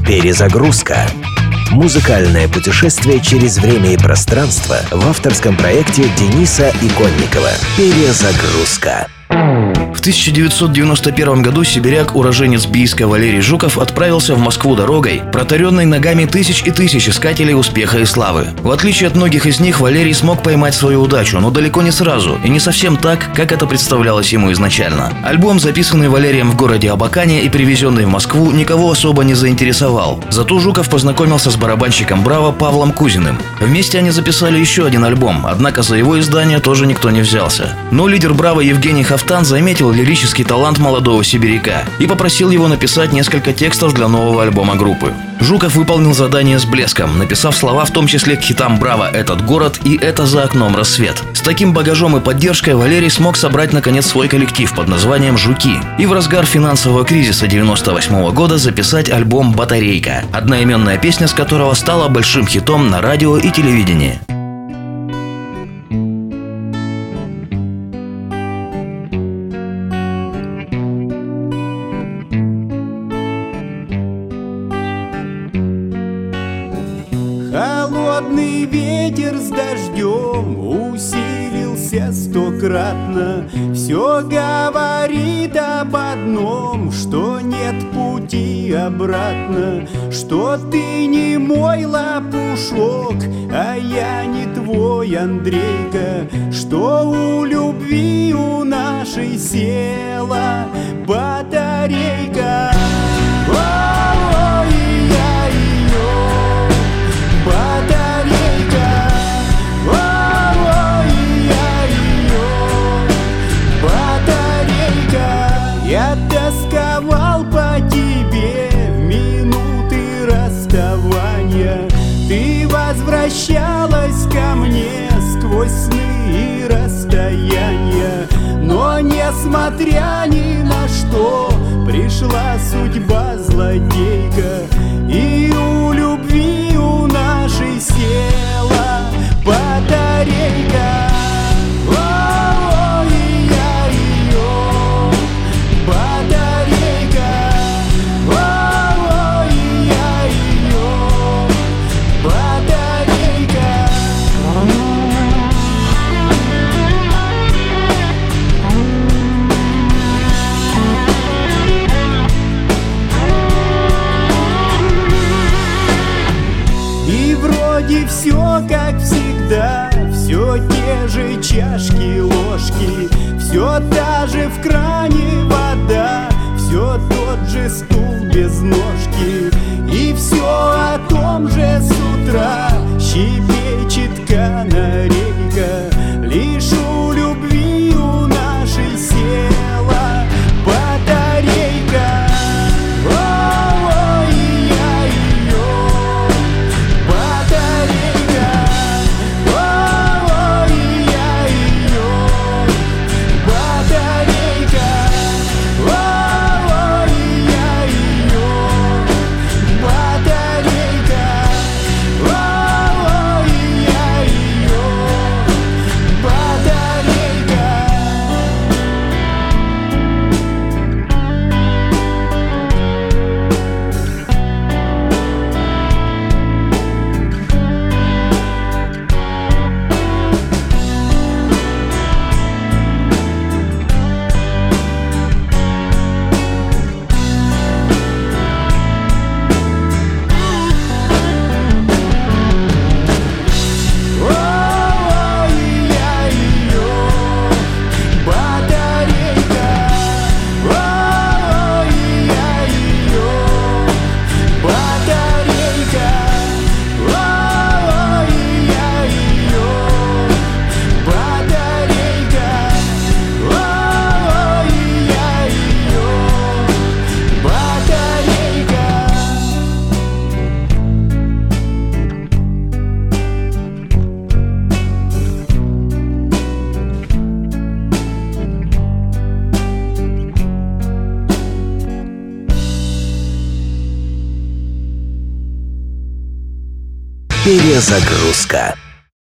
Перезагрузка. Музыкальное путешествие через время и пространство в авторском проекте Дениса Иконникова. Перезагрузка. В 1991 году сибиряк, уроженец Бийска Валерий Жуков отправился в Москву дорогой, протаренной ногами тысяч и тысяч искателей успеха и славы. В отличие от многих из них, Валерий смог поймать свою удачу, но далеко не сразу, и не совсем так, как это представлялось ему изначально. Альбом, записанный Валерием в городе Абакане и привезенный в Москву, никого особо не заинтересовал. Зато Жуков познакомился с барабанщиком Браво Павлом Кузиным. Вместе они записали еще один альбом, однако за его издание тоже никто не взялся. Но лидер Браво Евгений Хафтан заметил лирический талант молодого сибиряка и попросил его написать несколько текстов для нового альбома группы. Жуков выполнил задание с блеском, написав слова в том числе к хитам Браво «Этот город» и «Это за окном рассвет». С таким багажом и поддержкой Валерий смог собрать наконец свой коллектив под названием «Жуки» и в разгар финансового кризиса 1998 года записать альбом «Батарейка», одноименная песня с которого стала большим хитом на радио и телевидении. Холодный ветер с дождем усилился стократно. Все говорит об одном, что нет пути обратно, что ты не мой лопушок, а я не твой Андрейка, что у любви у нашей села батарейка. Я тосковал по тебе в минуты расставания. Ты возвращалась ко мне сквозь сны и расстояния. Но несмотря ни на что, пришла судьба злодейка, и у любви у нашей села батарейка. И все как всегда, все те же чашки, ложки, все та же в кране вода, все тот же стул без ножки, и все о том же с утра щебечет канарейка. Лишь у любви у нашей села батарейка. Перезагрузка.